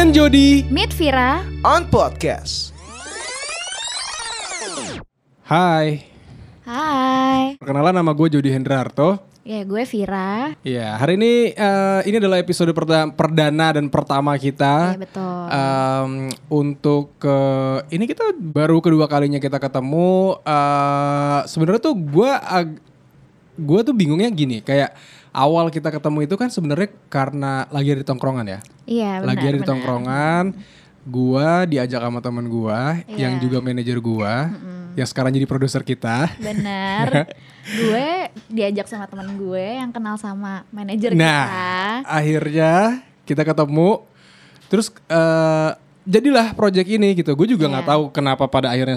dan Jody Meet Vira on podcast. Hai, Hai. perkenalan, nama gue Jody Hendrarto. Ya gue Vira. Ya, hari ini adalah episode perdana dan pertama kita. Iya betul. Untuk ini kita baru kedua kalinya kita ketemu. Sebenarnya tuh gue tuh bingungnya gini, kayak awal kita ketemu itu kan sebenarnya karena lagi ada di tongkrongan ya. Iya benar. Lagi ada di tongkrongan, gue diajak sama teman gue yang juga manajer gue, yang sekarang jadi produser kita. Benar. Gue diajak sama teman gue yang kenal sama manajer Nah, kita. akhirnya kita ketemu. Terus jadilah project ini gitu. Gue juga nggak tahu kenapa pada akhirnya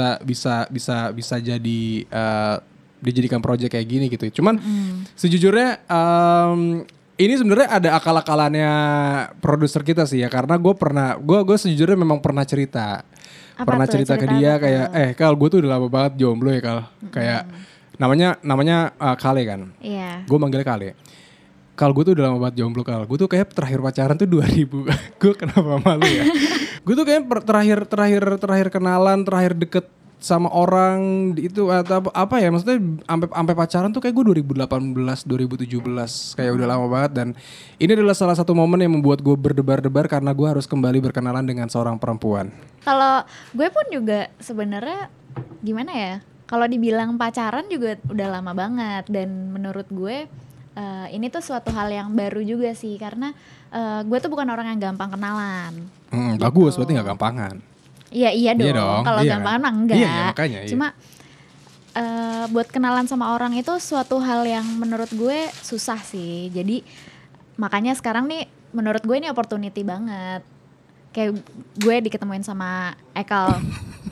bisa jadi dijadikan project kayak gini gitu. Cuman sejujurnya ini sebenarnya ada akal-akalannya produser kita sih ya, karena gue sejujurnya memang pernah cerita. Pernah cerita ke dia kayak Kal, gue tuh udah lama banget jomblo ya Kal. Kayak namanya Kale kan. Iya. Gue manggilnya Kale. Kal, gue tuh udah lama banget jomblo Kal. Gue tuh kayak terakhir pacaran tuh 2000. Gue kenapa malu ya? Gue tuh kayak terakhir kenalan, terakhir deket sama orang itu atau apa ya, maksudnya sampai pacaran tuh kayak gue 2018 2017, kayak udah lama banget. Dan ini adalah salah satu momen yang membuat gue berdebar-debar karena gue harus kembali berkenalan dengan seorang perempuan. Kalau gue pun juga sebenarnya gimana ya? Kalau dibilang pacaran juga udah lama banget, dan menurut gue ini tuh suatu hal yang baru juga sih, karena gue tuh bukan orang yang gampang kenalan. Gitu. Bagus, berarti nggak gampangan. Iya dong. Kalau gampang mah enggak. Iya, makanya. Iya. Cuma buat kenalan sama orang itu suatu hal yang menurut gue susah sih. Jadi makanya sekarang nih menurut gue ini opportunity banget. Kayak gue diketemuin sama Ekal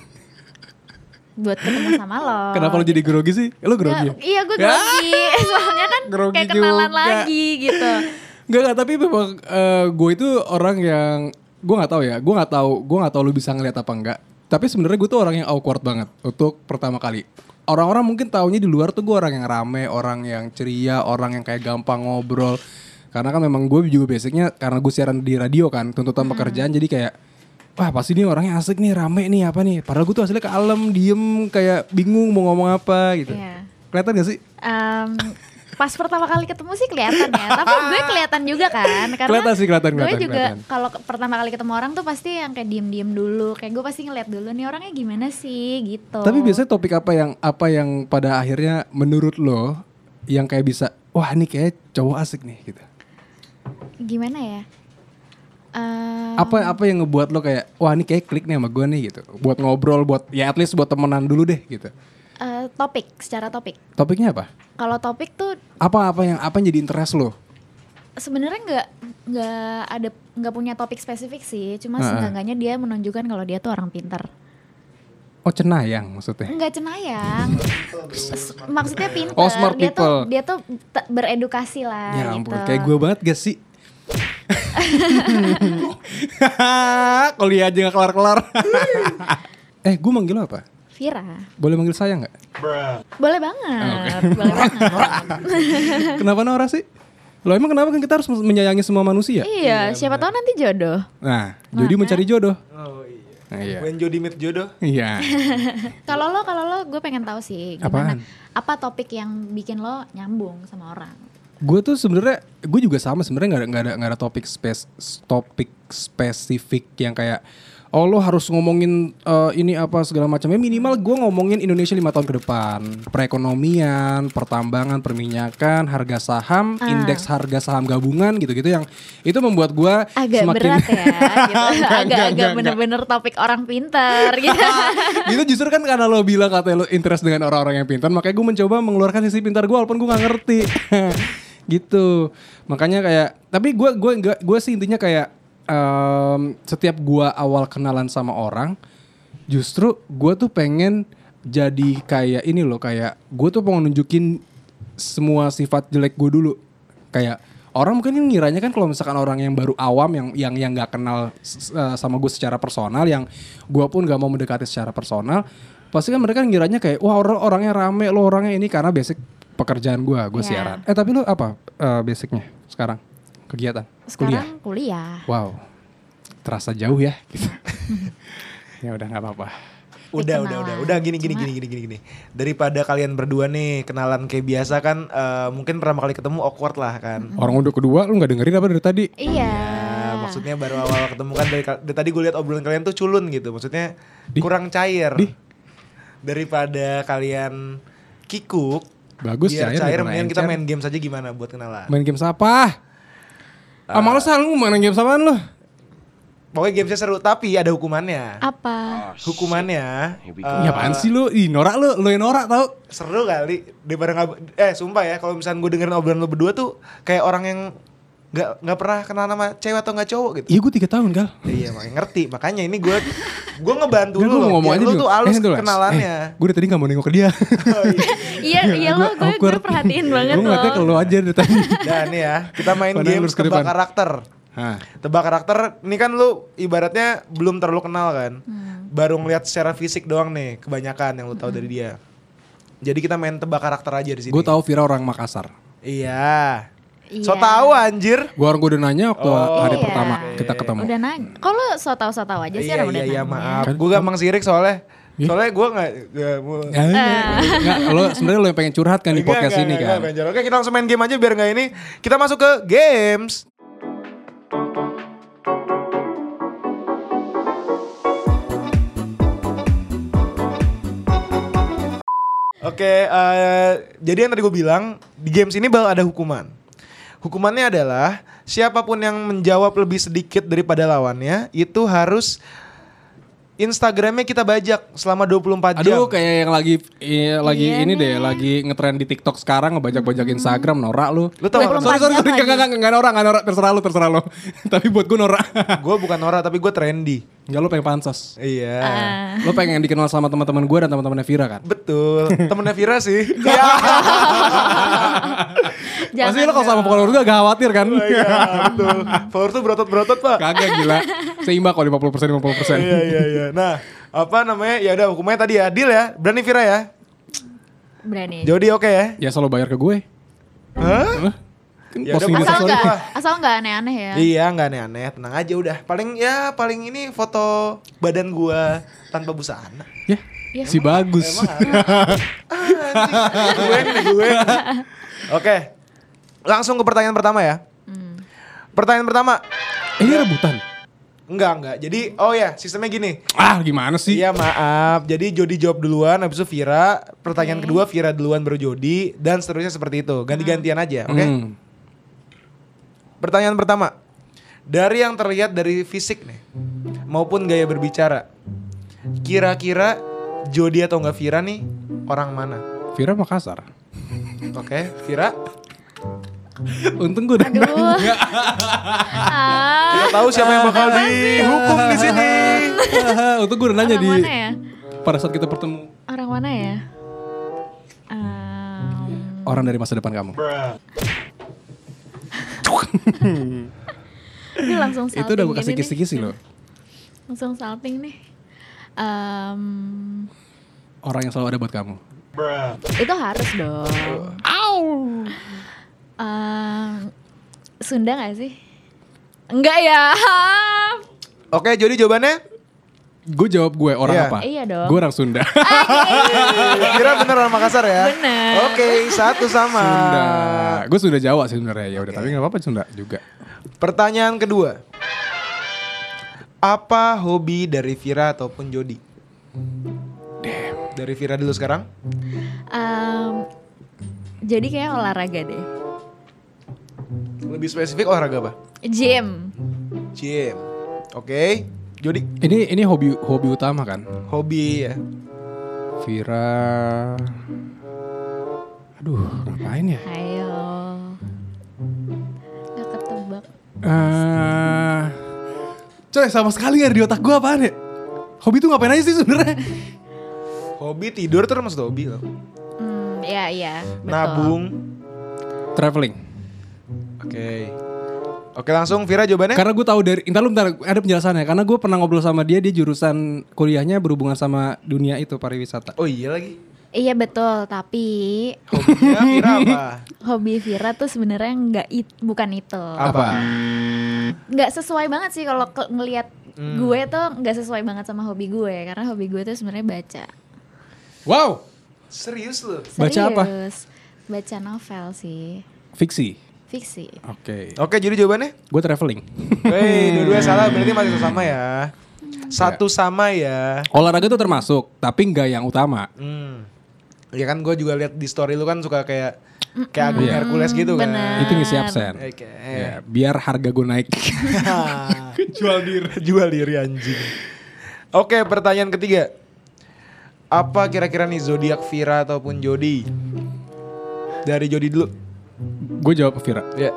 buat ketemu sama lo. Kenapa lo jadi grogi sih? Lo grogi? Iya, gue grogi. Soalnya kan grogi kayak kenalan juga lagi gitu. Enggak, tapi memang gue itu orang yang gue nggak tahu lu bisa ngeliat apa enggak. Tapi sebenarnya gue tuh orang yang awkward banget untuk pertama kali. Orang-orang mungkin taunya di luar tuh gue orang yang rame, orang yang ceria, orang yang kayak gampang ngobrol. Karena kan memang gue juga basicnya karena gue siaran di radio kan, tuntutan pekerjaan, jadi kayak wah pasti nih orangnya asik nih, rame nih apa nih. Padahal gue tuh aslinya kalem, diem, kayak bingung mau ngomong apa gitu. Iya. Kelihatan gak sih? Pas pertama kali ketemu sih kelihatan ya, tapi gue kelihatan juga kan, karena kelihatan. gue juga kalau pertama kali ketemu orang tuh pasti yang kayak diem dulu, kayak gue pasti ngeliat dulu nih orangnya gimana sih gitu. Tapi biasanya topik apa yang pada akhirnya menurut lo yang kayak bisa, wah ini kayak cowok asik nih gitu? Gimana ya? Apa yang ngebuat lo kayak, wah ini kayak klik nih sama gue nih gitu, buat ngobrol, buat ya at least buat temenan dulu deh gitu. Secara topik. Topiknya apa? Kalau topik tuh apa yang jadi interest lo? Sebenarnya nggak punya topik spesifik sih, cuma seenggaknya dia menunjukkan kalau dia tuh orang pintar. Oh, cenayang maksudnya? Enggak cenayang, maksudnya pintar. Oh, smart people. Dia tuh beredukasi lah. Ya gitu. ampun, kayak gue banget gak sih? Kuliah aja gak kelar-kelar. Gue manggil lo apa? Vira. Boleh manggil saya gak? Boleh banget. Boleh banget. Kenapa Nora sih? Lo emang kenapa kan kita harus menyayangi semua manusia? Iya, siapa tahu nanti jodoh. Nah, Jody mencari jodoh. Oh iya. Nah, iya. When Jody meet jodoh. Iya. Kalau lo gue pengen tahu sih gimana. Apaan? Apa topik yang bikin lo nyambung sama orang? Gue tuh sebenarnya gue juga sama sebenarnya, nggak ada topik spesifik yang kayak oh lo harus ngomongin ini apa segala macamnya. Minimal gue ngomongin Indonesia 5 tahun ke depan, perekonomian, pertambangan, perminyakan, harga saham, indeks harga saham gabungan gitu-gitu, yang itu membuat gue agak semakin berat ya gitu. Agak bener-bener topik orang pintar gitu. Itu justru kan karena lo bilang katanya lo interest dengan orang-orang yang pintar, makanya gue mencoba mengeluarkan sisi pintar gue walaupun gue nggak ngerti. Gitu. Makanya kayak, tapi gue sih intinya kayak setiap gue awal kenalan sama orang, justru gue tuh pengen jadi kayak ini loh, kayak gue tuh pengen nunjukin semua sifat jelek gue dulu. Kayak orang mungkin ngiranya kan kalau misalkan orang yang baru awam yang nggak kenal sama gue secara personal, yang gue pun nggak mau mendekati secara personal, pasti kan mereka ngiranya kayak wah orangnya rame, lo orangnya ini, karena basic pekerjaan gue siaran. Tapi lo apa basicnya sekarang? Kegiatan? Sekarang kuliah. Wow. terasa jauh ya. Gitu. Ya udah nggak apa-apa. Udah gini. Daripada kalian berdua nih kenalan kayak biasa kan, mungkin pertama kali ketemu awkward lah kan. Orang udah kedua lu nggak dengerin apa dari tadi? Iya. Ya, maksudnya baru awal ketemu kan dari tadi gue lihat obrolan kalian tuh culun gitu. Maksudnya kurang cair. Daripada kalian kikuk, Bagus biar cair, cair daripada mendingan kita encer. main game saja gimana buat kenalan. Main game apa? Males lu main game apaan lu? Pokoknya gamesnya seru tapi ada hukumannya. Apa? Hukumannya Ya apaan sih lu? Ih norak lu yang norak tau. seru kali daripada sumpah ya kalau misalnya gue dengerin obrolan lo berdua tuh kayak orang yang nggak pernah kenal nama cewek atau nggak cowok gitu. Iya gue 3 tahun Gal. Iya makanya ngerti, makanya ini gue ngebantu Nggak, lu gua mau loh, ngomong biar aja lu dulu. tuh halus Dul, kenalannya. Gue dari tadi gak mau nengok ke dia. Oh, iya. Iya lo, gue perhatiin banget Gue loh. ngeliatnya ke lu aja dari tadi. Dan nih ya, kita main Padahal game lurus ke tebak depan. karakter. Hah. Tebak karakter, ini kan lu ibaratnya belum terlalu kenal kan. Baru ngeliat secara fisik doang nih, kebanyakan yang lu tahu dari dia. Jadi kita main tebak karakter aja di sini. Gue tahu Vira orang Makassar. Iya. Iya. So tahu anjir. Gue udah nanya waktu hari Iya. pertama kita ketemu. Udah nanya. Kok lo so tau aja sih orang udah Iya, nanya. maaf. Kan- Gue gampang sirik soalnya. Ih. Soalnya gue gak Enggak, lo sebenarnya lo yang pengen curhat kan di podcast ini kan. Oke, kita langsung main game aja biar gak ini. Kita masuk ke games. Oke, jadi yang tadi gue bilang di games ini bakal ada hukuman. Hukumannya adalah siapapun yang menjawab lebih sedikit daripada lawannya itu harus Instagramnya kita bajak selama 24 jam. Aduh kayak yang lagi Iya ini nih. deh, lagi ngetren di TikTok sekarang ngebajak-bajak Instagram, norak lu. Lu tau gak? 24 Sorry, jam lagi. enggak norak, terserah lu. Tapi buat gue norak. Gue bukan Nora tapi gue trendy. Enggak, lu pengen pansos. Iya. Lu pengen dikenal sama teman-teman gue dan teman-temannya Vira kan? Betul. Temennya Vira sih. Jangan Pasti lu kalau sama dong. follower gue agak khawatir kan? Iya, betul. Follower tuh berotot-berotot, Pak. Kagak gila. Seimbang kok 50%. Iya. Nah, apa namanya? Ya udah hukumannya tadi ya. Deal ya. Berani Vira ya. Berani. Jody oke ya? Ya selalu bayar ke gue. Hah? Hah? Kan Ya udah, posting di asal story. nggak- Asal nggak aneh-aneh ya. Iya, nggak aneh-aneh. Tenang aja udah. Paling ini foto badan gua tanpa busana. Ya, Ya. si bagus. Emang ada. Gue. Oke. Langsung ke pertanyaan pertama ya. Pertanyaan pertama. Ini rebutan. Enggak. Jadi, oh ya, sistemnya gini. Ah, gimana sih? Iya maaf, jadi Jody jawab duluan, habis itu Vira. Pertanyaan kedua Vira duluan baru Jody. Dan seterusnya seperti itu, ganti-gantian aja, oke? Pertanyaan pertama. Dari yang terlihat dari fisik nih, maupun gaya berbicara, kira-kira Jody atau enggak Vira nih, orang mana? Vira Makassar. Oke, Vira. Untung gue udah Aduh. nanya. Kita tahu siapa yang bakal dihukum di sini. Untung gue udah nanya Orang di mana ya? pada saat kita bertemu. Orang mana ya? Orang dari masa depan kamu. Ini langsung salting Itu udah gue kasih gini nih. kisi-kisi loh. Langsung salting nih. Orang yang selalu ada buat kamu. Itu harus dong. Sunda gak sih? Enggak ya. Oke, Jody jawabannya? Gue jawab gue orang Iya. apa? Iya dong. Gue orang Sunda. Vira bener orang Makassar ya? Bener. Oke, satu sama. Sunda. Gue Sunda Jawa sih sebenarnya. Ya udah, tapi nggak apa-apa Sunda juga. Pertanyaan kedua. Apa hobi dari Vira ataupun Jody? Dari Vira dulu sekarang. Jadi kayak olahraga deh. Lebih spesifik olahraga apa? Gym. Gym. Oke. Jody, Ini hobi utama kan? hobi ya. Vira. Aduh, ngapain ya? Ayo. Gak ketebak. Coy, sama sekali gak ada di otak gue apaan ya? Hobi tuh ngapain aja sih sebenarnya? Hobi tidur tuh termasuk hobi loh. Iya. Betul. Nabung. Traveling. Oke. Oke, langsung Vira jawabannya? Karena gue tahu dari, bentar ada penjelasannya. Karena gue pernah ngobrol sama dia jurusan kuliahnya berhubungan sama dunia itu pariwisata. Oh iya lagi. Iya betul, tapi Hobinya Vira apa? hobi Vira tuh sebenarnya bukan itu. Apa? Nggak sesuai banget sih kalau ngelihat gue tuh nggak sesuai banget sama hobi gue karena hobi gue tuh sebenarnya baca. Wow. Serius lu? Baca apa? Serius. Baca novel sih, Fiksi. fiksi. Oke. Jadi jawabannya? Gue traveling. Dua-dua salah berarti masih sama ya. Satu sama ya. Olahraga tuh termasuk, tapi nggak yang utama. Ya kan gue juga lihat di story lu kan suka kayak Agung Hercules gitu kan. bener. Itu ngisi absen. Oke. Ya, biar harga gue naik. Jual diri anjing. Oke, pertanyaan ketiga. Apa kira-kira nih zodiak Vira ataupun Jody? Dari Jody dulu. Gue jawab Vira. Ya.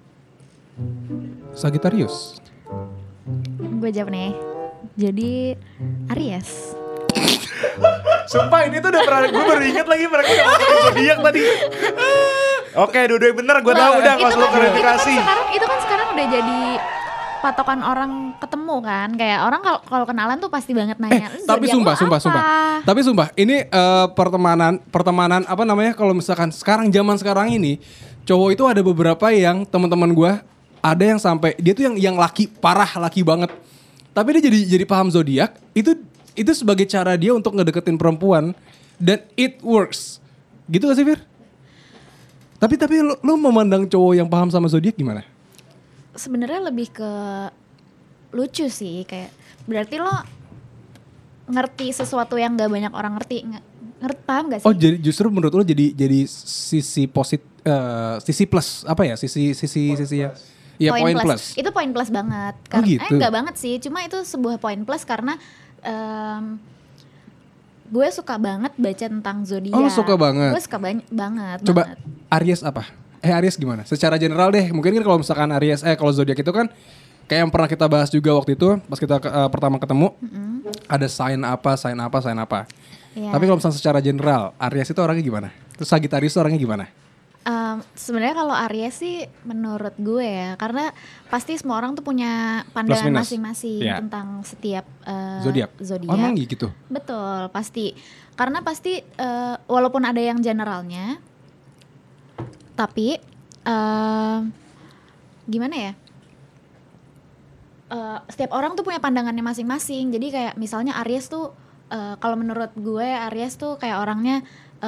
Sagittarius. Gue jawab nih. Jadi Aries. Sumpah ini tuh udah pernah gue baru inget lagi mereka udah ngomongin zodiak tadi. Oke, dua-duanya bener, gue tahu udah nggak usah lu klarifikasi. Itu kan sekarang udah jadi patokan orang ketemu kan, kayak orang kalau kenalan tuh pasti banget nanya. Tapi "Zodiak lo sumpah. apa?" Tapi sumpah, ini pertemanan apa namanya kalau misalkan zaman sekarang ini cowok itu ada beberapa yang teman-teman gue ada yang sampai dia tuh yang laki banget. Tapi dia jadi paham zodiak itu sebagai cara dia untuk ngedeketin perempuan dan it works. Gitu gak sih, Fir? Tapi lo memandang cowok yang paham sama zodiak gimana? Sebenarnya lebih ke lucu sih, kayak berarti lo ngerti sesuatu yang gak banyak orang ngerti, paham gak sih? Oh, jadi justru menurut lo jadi sisi sisi plus apa ya? Sisi ya. Iya, poin plus. Itu poin plus banget. Oh, gitu. Enggak banget sih, cuma itu sebuah poin plus karena gue suka banget baca tentang zodiak. Oh, lo suka banget. Gue suka banget. Coba banget. Aries apa? Aries gimana? Secara general deh. Mungkin kan kalau misalkan Aries kalau zodiak itu kan kayak yang pernah kita bahas juga waktu itu pas kita pertama ketemu. Ada sign apa. Iya. Tapi kalau misalnya secara general, Aries itu orangnya gimana? Terus Sagittarius itu orangnya gimana? Sebenarnya kalau Aries sih menurut gue ya, karena pasti semua orang tuh punya pandangan minus. masing-masing Iya. tentang setiap Zodiak. Oh, emang gitu? Betul, pasti. Karena pasti walaupun ada yang generalnya, tapi gimana ya? Setiap orang tuh punya pandangannya masing-masing. Jadi kayak misalnya Aries tuh kalau menurut gue Aries tuh kayak orangnya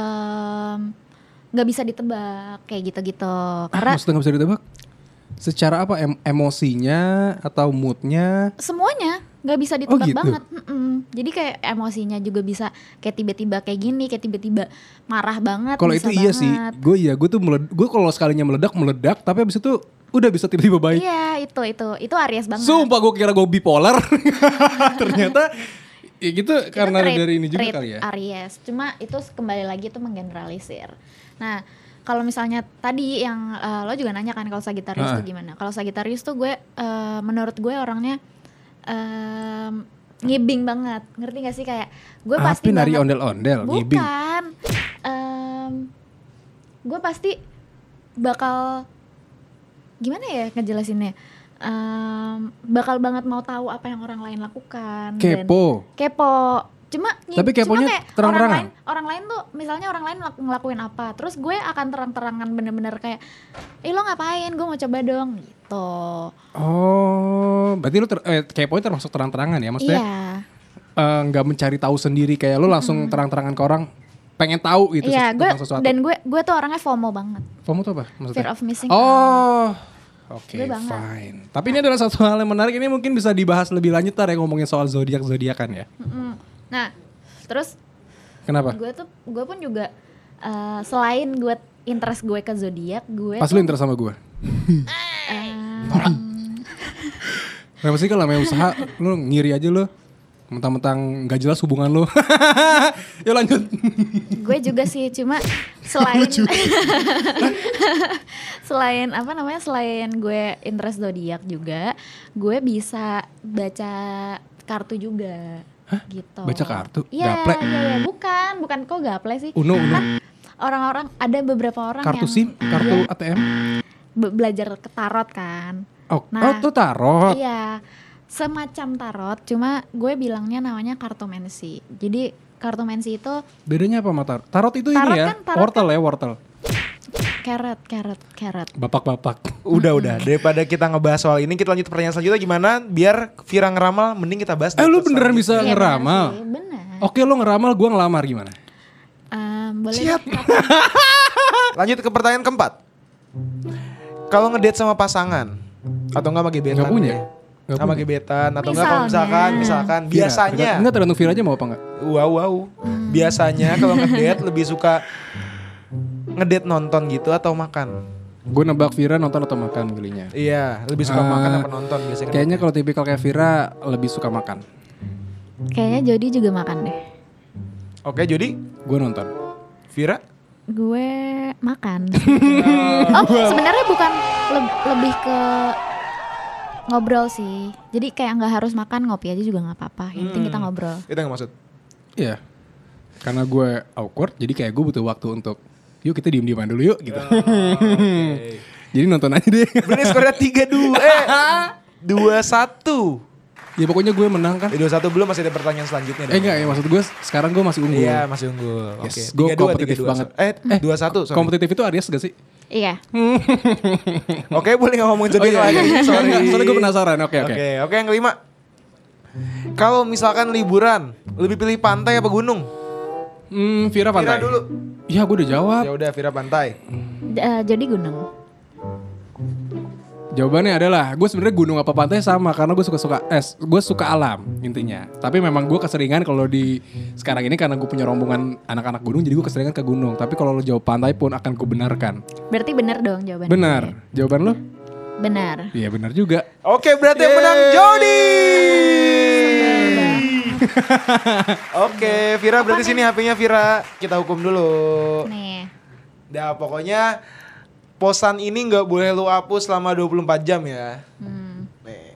nggak bisa ditebak kayak gitu-gitu. Karena Maksudnya gak bisa ditebak? Secara apa? Emosinya atau moodnya? semuanya nggak bisa ditebak gitu? banget. Jadi kayak emosinya juga bisa kayak tiba-tiba kayak gini, kayak tiba-tiba marah banget. Kalau bisa itu iya banget. sih. Gue tuh gue kalau sekalinya meledak, tapi abis itu udah bisa tiba-tiba baik. Iya, itu Aries banget. Sumpah gue kira gue bipolar. Ternyata ya gitu Itu karena trait- dari ini juga trait kali ya. Aries. Cuma itu kembali lagi itu menggeneralisir. Nah, kalau misalnya tadi yang lo juga nanya kan kalau Sagittarius tuh gimana? Kalau Sagittarius tuh gue menurut gue orangnya ngibing banget. Ngerti gak sih kayak gue pasti Api nari banget. ondel-ondel, ngibing. Bukan. Gue pasti bakal gimana ya ngejelasinnya? Bakal banget mau tahu apa yang orang lain lakukan. Kepo. Kepo. Cuma Tapi keponya kayak terang-terangan? orang lain tuh misalnya orang lain ngelakuin apa, terus gue akan terang-terangan bener-bener kayak, lo ngapain? Gue mau coba dong gitu. Oh, berarti lu keponya termasuk terang-terangan ya? Maksudnya Iya. nggak mencari tahu sendiri kayak lu langsung terang-terangan ke orang pengen tahu gitu Iya, tentang sesuatu. dan gue tuh orangnya FOMO banget. FOMO tuh apa maksudnya? Fear of missing out. Oh, oke, Gue banget. fine. Tapi ini adalah satu hal yang menarik. Ini mungkin bisa dibahas lebih lanjut tar ya ngomongin soal zodiakan ya. Nah, terus Kenapa? gue pun juga selain gue interest gue ke zodiak, gue Pas lu interest sama gue. Kenapa sih kalau namanya usaha lu ngiri aja lu? Mentang-mentang gak jelas hubungan lu. Yuk lanjut. gue juga sih, cuma selain selain gue interest zodiak juga, gue bisa baca kartu juga. Gitu. Baca kartu? Iya, Gaple? iya, bukan kok gaple sih. Uno. Kan orang-orang ada beberapa orang Kartu yang SIM, kartu iya, ATM. belajar ke tarot kan. Oh, Nah, tuh tarot. Iya, semacam tarot, cuma gue bilangnya namanya kartomansi. Jadi kartomansi itu Bedanya apa sama tarot? Tarot itu Tarot ini ya, kan- tarot wortel ya, wortel. Carrot. Bapak-bapak. Udah. Daripada kita ngebahas soal ini, kita lanjut pertanyaan selanjutnya gimana? Biar Vira ngeramal, mending kita bahas. Lu episode beneran selanjutnya. bisa Iya, ngeramal? benar sih, benar. Oke, lu ngeramal, gue ngelamar gimana? Boleh Siap. deh. Lanjut ke pertanyaan keempat. Kalau ngedate sama pasangan atau enggak sama gebetan? Nggak punya. deh. Nggak Sama punya. gebetan atau enggak kalau misalkan Vira, biasanya. Enggak tergantung Vira aja mau apa enggak? Wow. Biasanya kalau ngedate lebih suka ngedate nonton gitu atau makan? Gue nebak Vira nonton atau makan pilihnya. Iya, lebih suka makan apa nonton biasanya? Kayaknya kalau tipikal kayak Vira lebih suka makan. Kayaknya Jody juga makan deh. Oke, jadi Gue nonton. Vira? Gue makan. Sebenarnya bukan lebih ke ngobrol sih. Jadi kayak nggak harus makan, ngopi aja juga nggak apa-apa. Yang penting kita ngobrol. Itu yang maksud. Iya. Karena gue awkward, jadi kayak gue butuh waktu untuk yuk kita diem-dieman dulu yuk gitu. Jadi nonton aja deh. Bener skornya 3-2. 2-1. Ya pokoknya gue menang kan. 2-1 belum, masih ada pertanyaan selanjutnya. Enggak ya, maksud gue sekarang gue masih unggul. Iya, masih unggul. Yes, Oke. gue 3-2, kompetitif 3-2. banget. 2-1, sorry. Kompetitif itu Aries gak sih? Iya. Oke, boleh gak ngomongin Jody iya. lagi? Sorry. Soalnya gue penasaran. Oke. Oke, yang kelima. Kalau misalkan liburan, lebih pilih pantai apa gunung? Vira pantai. Vira dulu. Iya, gue udah jawab. Ya udah, Vira pantai. Jadi gunung. Jawabannya adalah gue sebenarnya gunung apa pantai sama karena gue suka alam intinya. Tapi memang gue keseringan kalau di sekarang ini karena gue punya rombongan anak-anak gunung jadi gue keseringan ke gunung. Tapi kalau lo jawab pantai pun akan gue benarkan. Berarti benar dong jawabannya. Benar. Jawaban lo? Benar. Iya benar juga. Oke, berarti yang menang Jody. Oke, Vira berarti sini HP-nya Vira. Kita hukum dulu. Nih. Nah, pokoknya posan ini nggak boleh lu hapus selama 24 jam ya. Nih.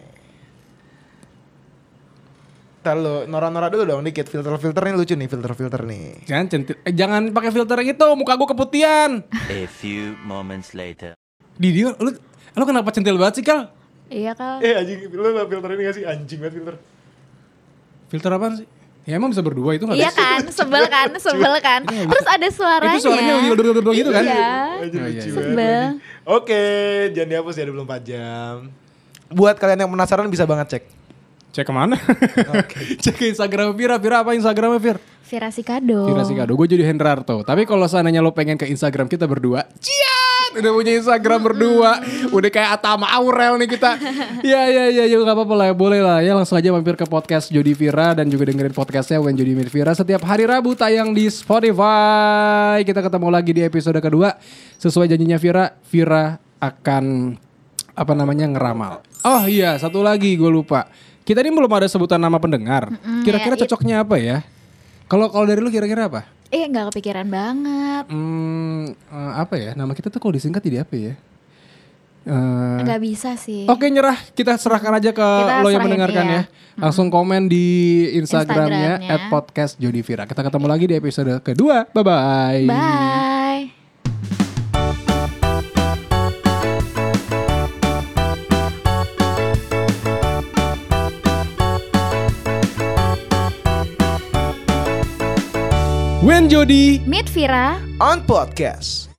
Ntar lu Nora dulu dong dikit. Filter-filter nih lucu nih, filter-filter nih. Jangan pakai filter yang itu, muka gue keputihan. A few moments later. Didi, lu kenapa centil banget sih, Kal? Iya Kal. Anjing, lu gak filter ini gak sih? Anjing banget filter. Filter apaan sih? Ya emang bisa berdua itu gak Iya kan, sebel kan. Terus ada suaranya. Itu suaranya gitu kan? Iya. Anjing, lucu banget. Sebel. Oke, jangan dihapus ya 24 jam. Buat kalian yang penasaran bisa banget cek. Cek kemana? Cek ke Instagram Vira. Vira apa Instagramnya Vir? Vira Sikado. Vira Sikado. Gue jadi Hendrarto. Tapi kalau seandainya lo pengen ke Instagram kita berdua, cian! Udah punya Instagram berdua. Udah kayak Atama Aurel nih kita. Ya gak apa-apa lah. Boleh lah ya. Langsung aja mampir ke podcast Jody Vira. Dan juga dengerin podcastnya When Jody Meet Vira. Setiap hari Rabu tayang di Spotify. Kita ketemu lagi di episode kedua. Sesuai janjinya Vira akan ngeramal. Oh iya, satu lagi gue lupa. Kita ini belum ada sebutan nama pendengar. Kira-kira ya, cocoknya apa ya? Kalau dari lu kira-kira apa? Nggak kepikiran banget. Apa ya? Nama kita tuh kalau disingkat jadi apa ya? Nggak bisa sih. Oke, nyerah. Kita serahkan aja ke Kita lo yang serahin, mendengarkan iya. ya. Langsung komen di Instagramnya Instagramnya. @podcastjodyvira. Kita ketemu lagi di episode kedua. Bye-bye. Bye. When Jody Meet Vira. On podcast.